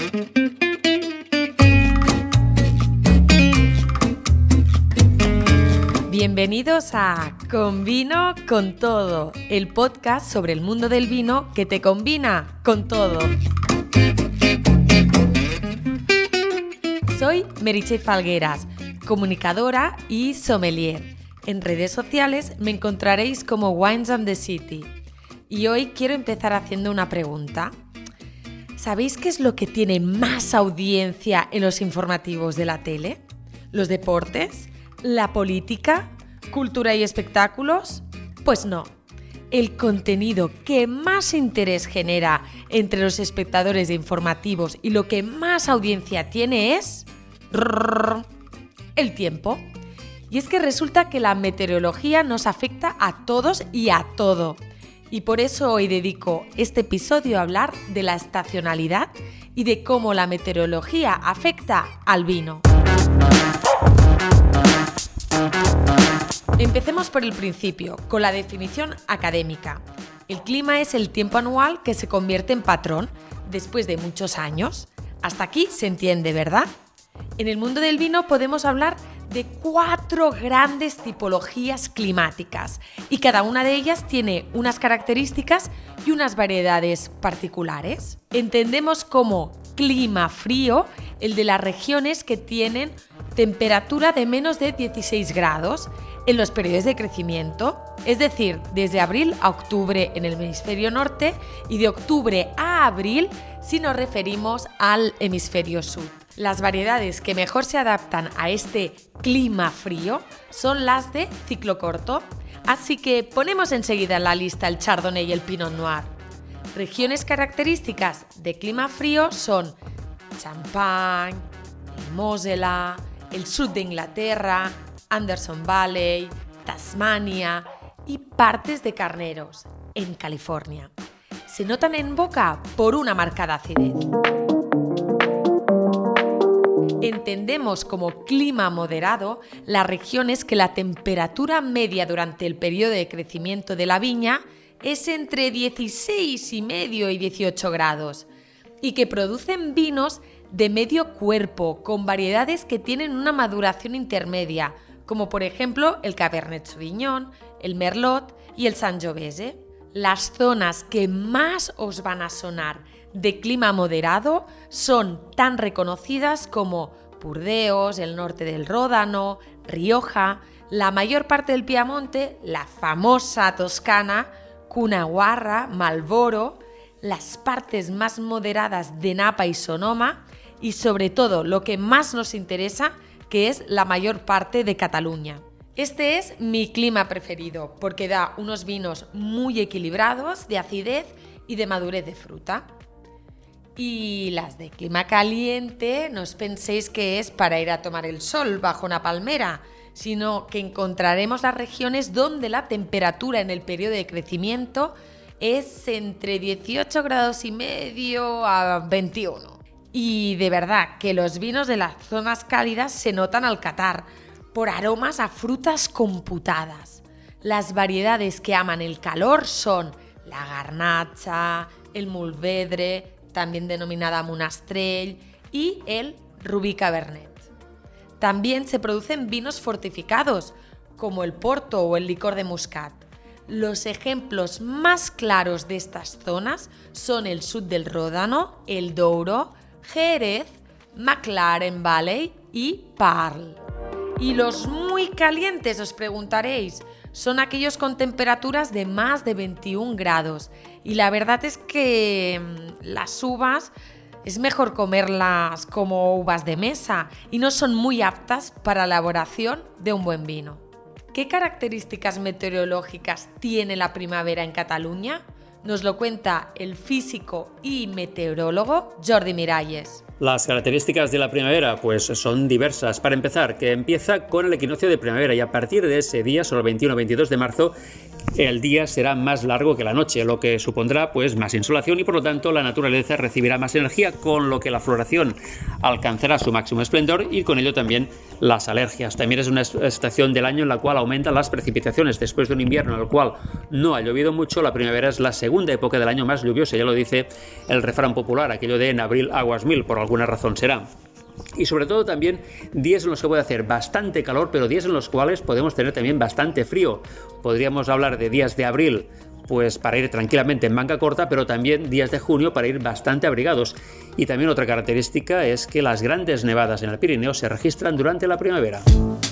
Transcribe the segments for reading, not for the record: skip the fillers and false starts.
Bienvenidos a Con Vino con Todo, el podcast sobre el mundo del vino que te combina con todo. Soy Meritxell Falgueras, comunicadora y sommelier. En redes sociales me encontraréis como Wines and the City. Y hoy quiero empezar haciendo una pregunta. ¿Sabéis qué es lo que tiene más audiencia en los informativos de la tele? ¿Los deportes? ¿La política? ¿Cultura y espectáculos? Pues no. El contenido que más interés genera entre los espectadores de informativos y lo que más audiencia tiene es el tiempo. Y es que resulta que la meteorología nos afecta a todos y a todo. Y por eso hoy dedico este episodio a hablar de la estacionalidad y de cómo la meteorología afecta al vino. Empecemos por el principio, con la definición académica. El clima es el tiempo anual que se convierte en patrón después de muchos años. Hasta aquí se entiende, ¿verdad? En el mundo del vino podemos hablar de 4 grandes tipologías climáticas y cada una de ellas tiene unas características y unas variedades particulares. Entendemos como clima frío el de las regiones que tienen temperatura de menos de 16 grados en los periodos de crecimiento, es decir, desde abril a octubre en el hemisferio norte y de octubre a abril si nos referimos al hemisferio sur. Las variedades que mejor se adaptan a este clima frío son las de ciclo corto, así que ponemos enseguida en la lista el Chardonnay y el Pinot Noir. Regiones características de clima frío son Champagne, el Mosela, el sur de Inglaterra, Anderson Valley, Tasmania y partes de Carneros, en California. Se notan en boca por una marcada acidez. Entendemos como clima moderado las regiones que la temperatura media durante el periodo de crecimiento de la viña es entre 16,5 y 18 grados y que producen vinos de medio cuerpo con variedades que tienen una maduración intermedia, como por ejemplo el Cabernet Sauvignon, el Merlot y el Sangiovese. Las zonas que más os van a sonar de clima moderado son tan reconocidas como Burdeos, el norte del Ródano, Rioja, la mayor parte del Piamonte, la famosa Toscana, Cunagüera, Marlboro, las partes más moderadas de Napa y Sonoma y sobre todo lo que más nos interesa, que es la mayor parte de Cataluña. Este es mi clima preferido porque da unos vinos muy equilibrados de acidez y de madurez de fruta. Y las de clima caliente, no os penséis que es para ir a tomar el sol bajo una palmera, sino que encontraremos las regiones donde la temperatura en el periodo de crecimiento es entre 18,5 grados a 21. Y de verdad que los vinos de las zonas cálidas se notan al catar, por aromas a frutas computadas. Las variedades que aman el calor son la Garnacha, el Mourvèdre, también denominada Monastrell, y el Rubí Cabernet. También se producen vinos fortificados, como el Porto o el licor de Muscat. Los ejemplos más claros de estas zonas son el sud del Ródano, el Douro, Jerez, McLaren Valley y Parle. Y los muy calientes, os preguntaréis, son aquellos con temperaturas de más de 21 grados. Y la verdad es que las uvas es mejor comerlas como uvas de mesa y no son muy aptas para la elaboración de un buen vino. ¿Qué características meteorológicas tiene la primavera en Cataluña? Nos lo cuenta el físico y meteorólogo Jordi Miralles. Las características de la primavera pues son diversas. Para empezar, que empieza con el equinoccio de primavera y a partir de ese día, sobre el 21-22 de marzo, el día será más largo que la noche, lo que supondrá pues más insolación y por lo tanto la naturaleza recibirá más energía, con lo que la floración alcanzará su máximo esplendor y con ello también las alergias. También es una estación del año en la cual aumentan las precipitaciones. Después de un invierno en el cual no ha llovido mucho, la primavera es la segunda época del año más lluviosa, ya lo dice el refrán popular, aquello de en abril aguas mil, por alguna razón será. Y sobre todo también días en los que puede hacer bastante calor, pero días en los cuales podemos tener también bastante frío. Podríamos hablar de días de abril pues para ir tranquilamente en manga corta, pero también días de junio para ir bastante abrigados. Y también otra característica es que las grandes nevadas en el Pirineo se registran durante la primavera.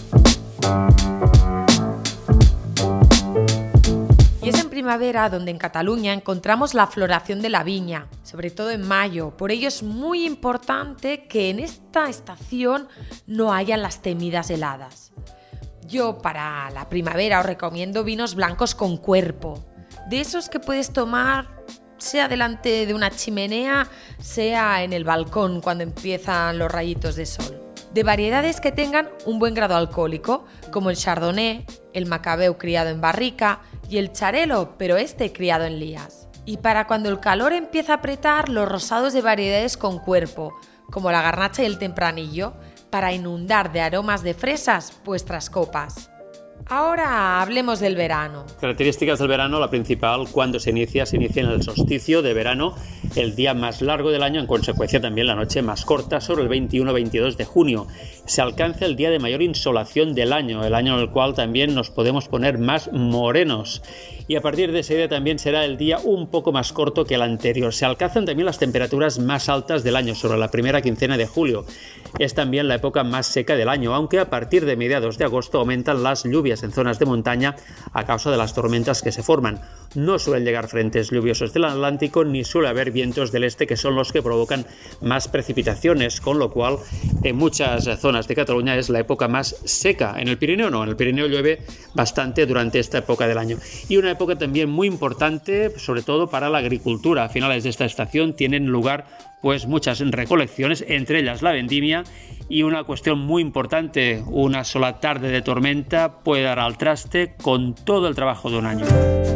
Y es en primavera donde en Cataluña encontramos la floración de la viña, sobre todo en mayo. Por ello es muy importante que en esta estación no hayan las temidas heladas. Yo para la primavera os recomiendo vinos blancos con cuerpo, de esos que puedes tomar sea delante de una chimenea, sea en el balcón cuando empiezan los rayitos de sol. De variedades que tengan un buen grado alcohólico, como el Chardonnay, el Macabeu criado en barrica y el Xarel·lo, pero criado en lías. Y para cuando el calor empieza a apretar, los rosados de variedades con cuerpo, como la Garnacha y el Tempranillo, para inundar de aromas de fresas vuestras copas. Ahora hablemos del verano. Características del verano, la principal, cuando se inicia en el solsticio de verano, el día más largo del año, en consecuencia también la noche más corta, sobre el 21-22 de junio. Se alcanza el día de mayor insolación del año, el año en el cual también nos podemos poner más morenos. Y a partir de ese día también será el día un poco más corto que el anterior. Se alcanzan también las temperaturas más altas del año, sobre la primera quincena de julio. Es también la época más seca del año, aunque a partir de mediados de agosto aumentan las lluvias en zonas de montaña a causa de las tormentas que se forman. No suelen llegar frentes lluviosos del Atlántico ni suele haber vientos del este, que son los que provocan más precipitaciones, con lo cual en muchas zonas de Cataluña es la época más seca. En el Pirineo no, en el Pirineo llueve bastante durante esta época del año. Y una época también muy importante, sobre todo para la agricultura. A finales de esta estación tienen lugar pues muchas recolecciones, entre ellas la vendimia, y una cuestión muy importante, una sola tarde de tormenta puede dar al traste con todo el trabajo de un año.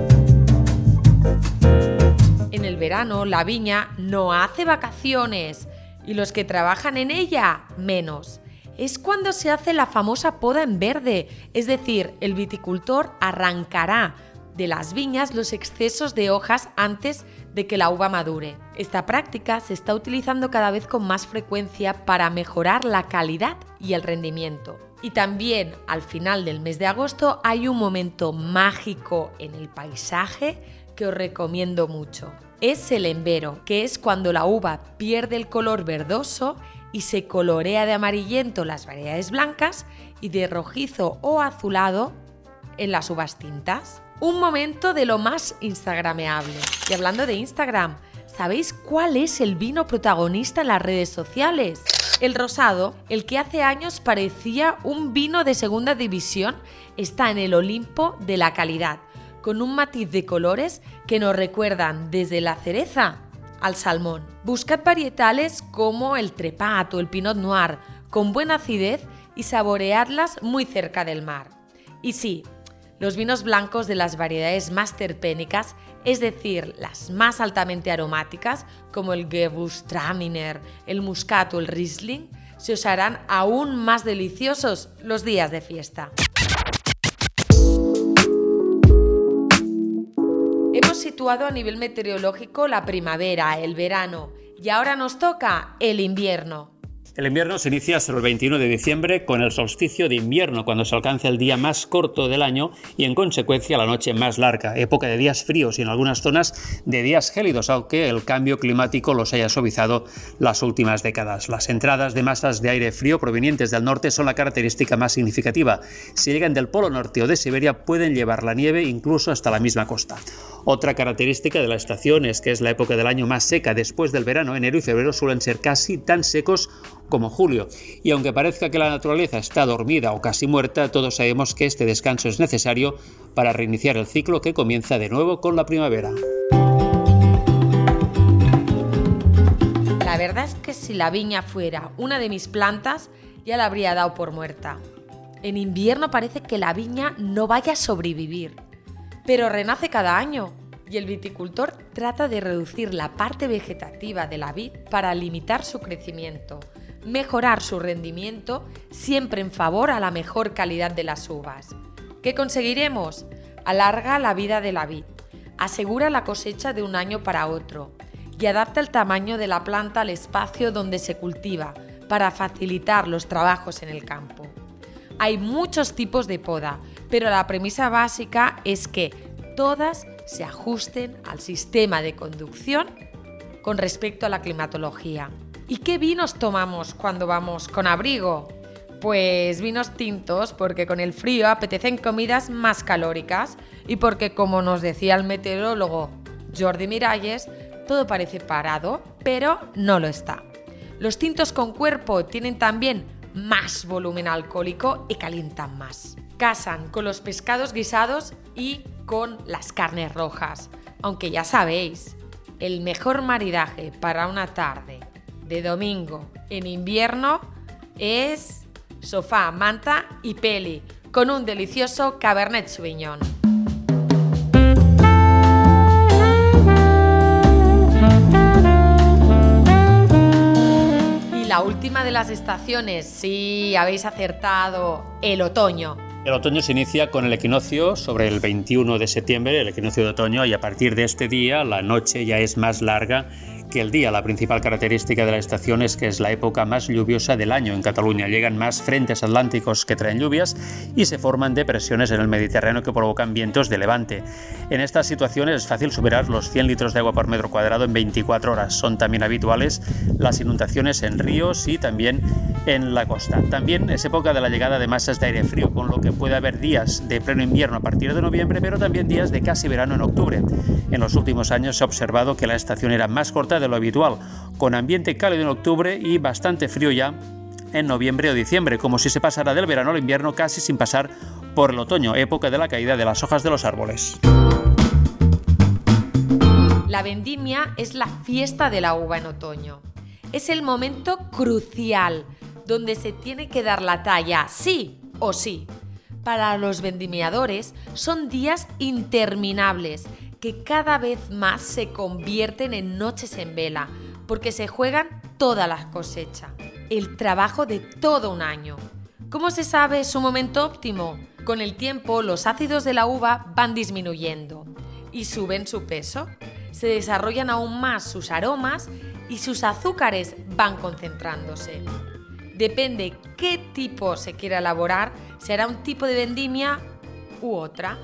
En el verano la viña no hace vacaciones y los que trabajan en ella menos. Es cuando se hace la famosa poda en verde, es decir, el viticultor arrancará de las viñas los excesos de hojas antes de que la uva madure. Esta práctica se está utilizando cada vez con más frecuencia para mejorar la calidad y el rendimiento. Y también al final del mes de agosto hay un momento mágico en el paisaje que os recomiendo mucho. Es el embero, que es cuando la uva pierde el color verdoso y se colorea de amarillento las variedades blancas y de rojizo o azulado en las uvas tintas. Un momento de lo más instagrameable. Y hablando de Instagram, ¿sabéis cuál es el vino protagonista en las redes sociales? El rosado, el que hace años parecía un vino de segunda división, está en el Olimpo de la calidad, con un matiz de colores que nos recuerdan desde la cereza al salmón. Buscad varietales como el Trepat o el Pinot Noir, con buena acidez, y saboreadlas muy cerca del mar. Y sí, los vinos blancos de las variedades más terpénicas, es decir, las más altamente aromáticas, como el Gewürztraminer, el Muscat o el Riesling, se os harán aún más deliciosos los días de fiesta. Hemos situado a nivel meteorológico la primavera, el verano, y ahora nos toca el invierno. El invierno se inicia sobre el 21 de diciembre con el solsticio de invierno, cuando se alcanza el día más corto del año y en consecuencia la noche más larga, época de días fríos y en algunas zonas de días gélidos, aunque el cambio climático los haya suavizado las últimas décadas. Las entradas de masas de aire frío provenientes del norte son la característica más significativa. Si llegan del Polo Norte o de Siberia pueden llevar la nieve incluso hasta la misma costa. Otra característica de la estación es que es la época del año más seca. Después del verano, enero y febrero suelen ser casi tan secos como julio. Y aunque parezca que la naturaleza está dormida o casi muerta, todos sabemos que este descanso es necesario para reiniciar el ciclo que comienza de nuevo con la primavera. La verdad es que si la viña fuera una de mis plantas, ya la habría dado por muerta. En invierno parece que la viña no vaya a sobrevivir. pero renace cada año y el viticultor trata de reducir la parte vegetativa de la vid para limitar su crecimiento, mejorar su rendimiento, siempre en favor a la mejor calidad de las uvas. ¿Qué conseguiremos? Alarga la vida de la vid, asegura la cosecha de un año para otro y adapta el tamaño de la planta al espacio donde se cultiva para facilitar los trabajos en el campo. Hay muchos tipos de poda, pero la premisa básica es que todas se ajusten al sistema de conducción con respecto a la climatología. ¿Y qué vinos tomamos cuando vamos con abrigo? Pues vinos tintos, porque con el frío apetecen comidas más calóricas y porque, como nos decía el meteorólogo Jordi Miralles, todo parece parado, pero no lo está. Los tintos con cuerpo tienen también más volumen alcohólico y calientan más. Casan con los pescados guisados y con las carnes rojas. Aunque ya sabéis, el mejor maridaje para una tarde de domingo en invierno es sofá, manta y peli, con un delicioso Cabernet Sauvignon. Y la última de las estaciones, sí, habéis acertado, el otoño. El otoño se inicia con el equinoccio sobre el 21 de septiembre, el equinoccio de otoño, y a partir de este día la noche ya es más larga que el día. La principal característica de la estación es que es la época más lluviosa del año en Cataluña. Llegan más frentes atlánticos que traen lluvias y se forman depresiones en el Mediterráneo que provocan vientos de levante. En estas situaciones es fácil superar los 100 litros de agua por metro cuadrado en 24 horas. Son también habituales las inundaciones en ríos y también en la costa. También es época de la llegada de masas de aire frío, con lo que puede haber días de pleno invierno a partir de noviembre, pero también días de casi verano en octubre. En los últimos años se ha observado que la estación era más corta de lo habitual, con ambiente cálido en octubre y bastante frío ya en noviembre o diciembre, como si se pasara del verano al invierno casi sin pasar por el otoño, época de la caída de las hojas de los árboles. La vendimia es la fiesta de la uva en otoño. Es el momento crucial donde se tiene que dar la talla, sí o sí. Para los vendimiadores son días interminables que cada vez más se convierten en noches en vela, porque se juegan toda la cosecha, el trabajo de todo un año. ¿Cómo se sabe su momento óptimo? Con el tiempo, los ácidos de la uva van disminuyendo y suben su peso, se desarrollan aún más sus aromas y sus azúcares van concentrándose. Depende qué tipo se quiera elaborar, será un tipo de vendimia u otra.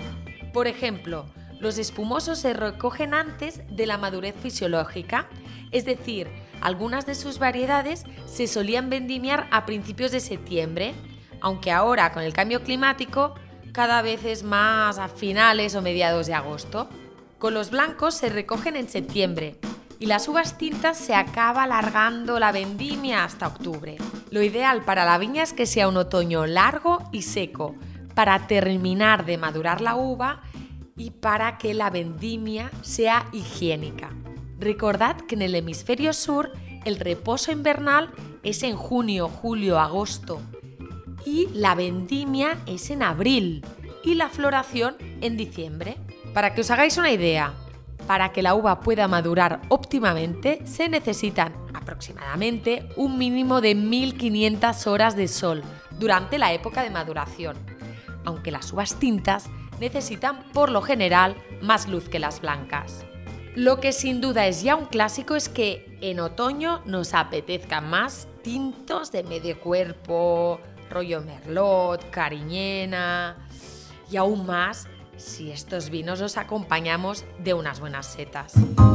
Por ejemplo, los espumosos se recogen antes de la madurez fisiológica, es decir, algunas de sus variedades se solían vendimiar a principios de septiembre, aunque ahora con el cambio climático cada vez es más a finales o mediados de agosto. Con los blancos se recogen en septiembre y las uvas tintas se acaba alargando la vendimia hasta octubre. Lo ideal para la viña es que sea un otoño largo y seco para terminar de madurar la uva y para que la vendimia sea higiénica. Recordad que en el hemisferio sur el reposo invernal es en junio, julio, agosto y la vendimia es en abril y la floración en diciembre. Para que os hagáis una idea, para que la uva pueda madurar óptimamente se necesitan aproximadamente un mínimo de 1500 horas de sol durante la época de maduración, aunque las uvas tintas necesitan por lo general más luz que las blancas. Lo que sin duda es ya un clásico es que en otoño nos apetezcan más tintos de medio cuerpo, rollo merlot, cariñena y aún más si estos vinos los acompañamos de unas buenas setas.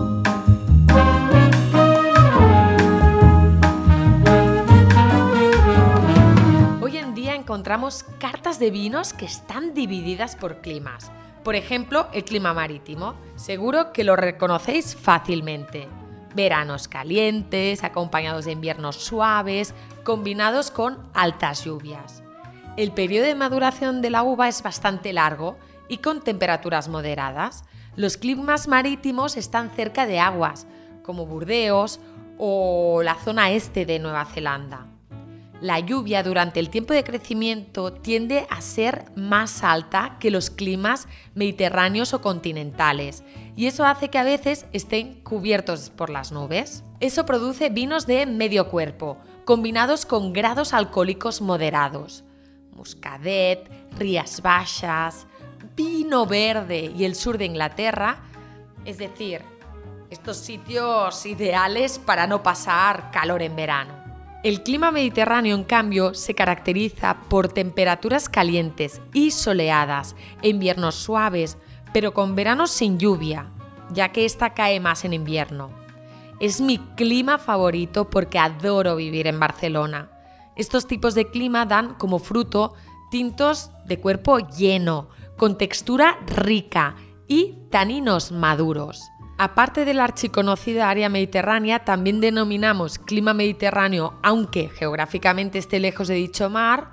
Hoy en día encontramos cartas de vinos que están divididas por climas. Por ejemplo, el clima marítimo. Seguro que lo reconocéis fácilmente. Veranos calientes, acompañados de inviernos suaves, combinados con altas lluvias. El periodo de maduración de la uva es bastante largo y con temperaturas moderadas. Los climas marítimos están cerca de aguas, como Burdeos o la zona este de Nueva Zelanda. La lluvia durante el tiempo de crecimiento tiende a ser más alta que los climas mediterráneos o continentales y eso hace que a veces estén cubiertos por las nubes. Eso produce vinos de medio cuerpo, combinados con grados alcohólicos moderados. Muscadet, Rías Baixas, vino verde y el sur de Inglaterra, es decir, estos sitios ideales para no pasar calor en verano. El clima mediterráneo, en cambio, se caracteriza por temperaturas calientes y soleadas, e inviernos suaves, pero con veranos sin lluvia, ya que esta cae más en invierno. Es mi clima favorito porque adoro vivir en Barcelona. Estos tipos de clima dan como fruto tintos de cuerpo lleno, con textura rica y taninos maduros. Aparte de la archiconocida área mediterránea, también denominamos clima mediterráneo, aunque geográficamente esté lejos de dicho mar,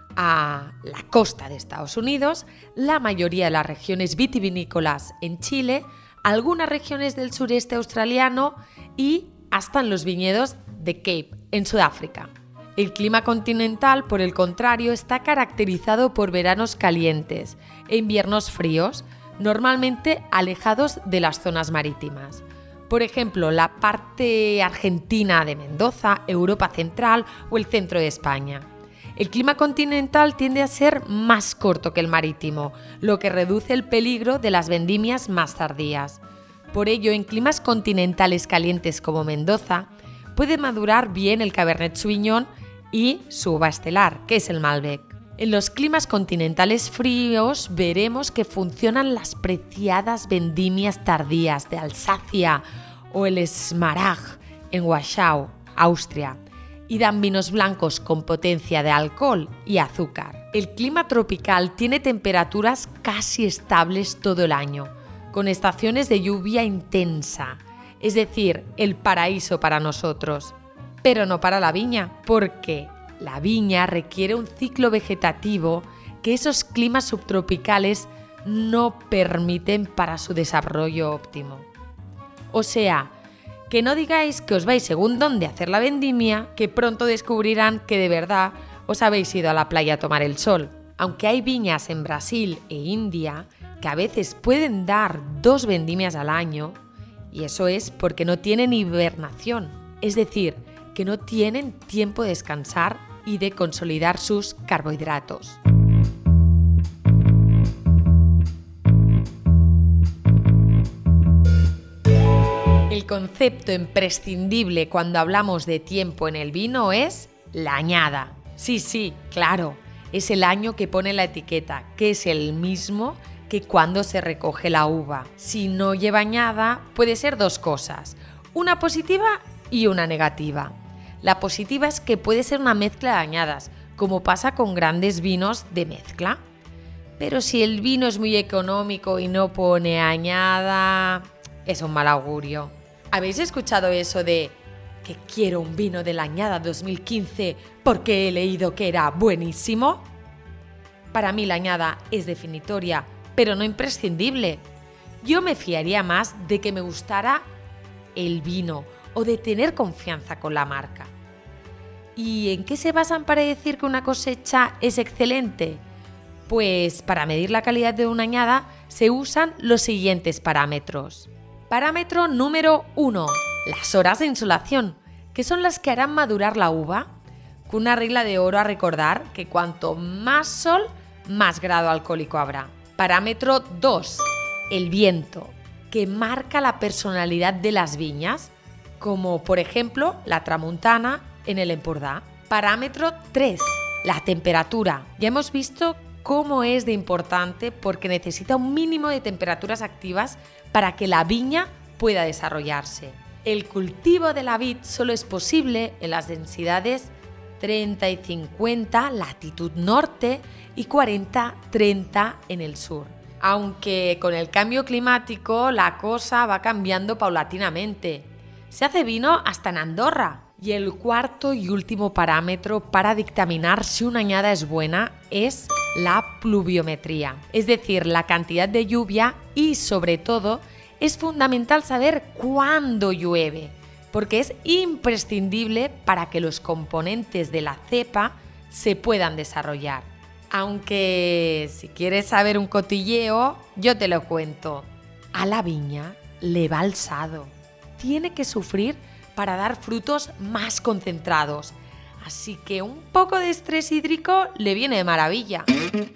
a la costa de Estados Unidos, la mayoría de las regiones vitivinícolas en Chile, algunas regiones del sureste australiano y hasta en los viñedos de Cape, en Sudáfrica. El clima continental, por el contrario, está caracterizado por veranos calientes e inviernos fríos, normalmente alejados de las zonas marítimas. Por ejemplo, la parte argentina de Mendoza, Europa Central o el centro de España. El clima continental tiende a ser más corto que el marítimo, lo que reduce el peligro de las vendimias más tardías. Por ello, en climas continentales calientes como Mendoza, puede madurar bien el Cabernet Sauvignon y su uva estelar, que es el Malbec. En los climas continentales fríos veremos que funcionan las preciadas vendimias tardías de Alsacia o el Smaragd en Warschau, Austria, y dan vinos blancos con potencia de alcohol y azúcar. El clima tropical tiene temperaturas casi estables todo el año, con estaciones de lluvia intensa, es decir, el paraíso para nosotros. Pero no para la viña, porque la viña requiere un ciclo vegetativo que esos climas subtropicales no permiten para su desarrollo óptimo. O sea, que no digáis que os vais según dónde hacer la vendimia, que pronto descubrirán que de verdad os habéis ido a la playa a tomar el sol. Aunque hay viñas en Brasil e India que a veces pueden dar 2 vendimias al año, y eso es porque no tienen hibernación, es decir, que no tienen tiempo de descansar y de consolidar sus carbohidratos. El concepto imprescindible cuando hablamos de tiempo en el vino es la añada. Sí, claro, es el año que pone la etiqueta, que es el mismo que cuando se recoge la uva. Si no lleva añada, puede ser 2 cosas, una positiva y una negativa. La positiva es que puede ser una mezcla de añadas, como pasa con grandes vinos de mezcla. Pero si el vino es muy económico y no pone añada, es un mal augurio. ¿Habéis escuchado eso de que quiero un vino de la añada 2015 porque he leído que era buenísimo? Para mí la añada es definitoria, pero no imprescindible. Yo me fiaría más de que me gustara el vino o de tener confianza con la marca. ¿Y en qué se basan para decir que una cosecha es excelente? Pues para medir la calidad de una añada se usan los siguientes parámetros. Parámetro número 1, las horas de insolación, que son las que harán madurar la uva, con una regla de oro a recordar que cuanto más sol, más grado alcohólico habrá. Parámetro 2, el viento, que marca la personalidad de las viñas, como por ejemplo la Tramuntana en el Empordà. Parámetro 3, la temperatura. Ya hemos visto cómo es de importante porque necesita un mínimo de temperaturas activas para que la viña pueda desarrollarse. El cultivo de la vid solo es posible en las densidades 30 y 50 latitud norte y 40-30 en el sur. Aunque con el cambio climático la cosa va cambiando paulatinamente. Se hace vino hasta en Andorra. Y el cuarto y último parámetro para dictaminar si una añada es buena es la pluviometría, es decir, la cantidad de lluvia y, sobre todo, es fundamental saber cuándo llueve, porque es imprescindible para que los componentes de la cepa se puedan desarrollar. Aunque si quieres saber un cotilleo, yo te lo cuento. A la viña le va alzado. Tiene que sufrir para dar frutos más concentrados. Así que un poco de estrés hídrico le viene de maravilla.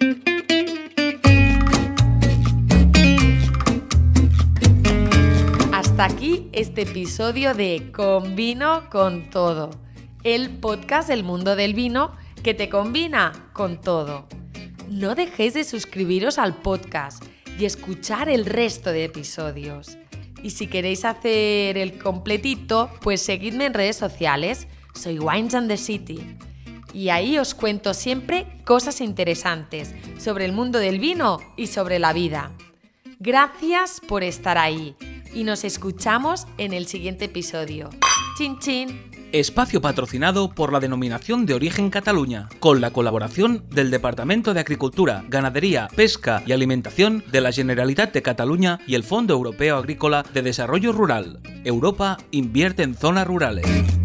Hasta aquí este episodio de Con Vino con Todo, el podcast del mundo del vino que te combina con todo. No dejéis de suscribiros al podcast y escuchar el resto de episodios. Y si queréis hacer el completito, pues seguidme en redes sociales. Soy Wines and the City. Y ahí os cuento siempre cosas interesantes sobre el mundo del vino y sobre la vida. Gracias por estar ahí y nos escuchamos en el siguiente episodio. ¡Chin, chin! Espacio patrocinado por la Denominación de Origen Cataluña, con la colaboración del Departamento de Agricultura, Ganadería, Pesca y Alimentación de la Generalitat de Cataluña y el Fondo Europeo Agrícola de Desarrollo Rural. Europa invierte en zonas rurales.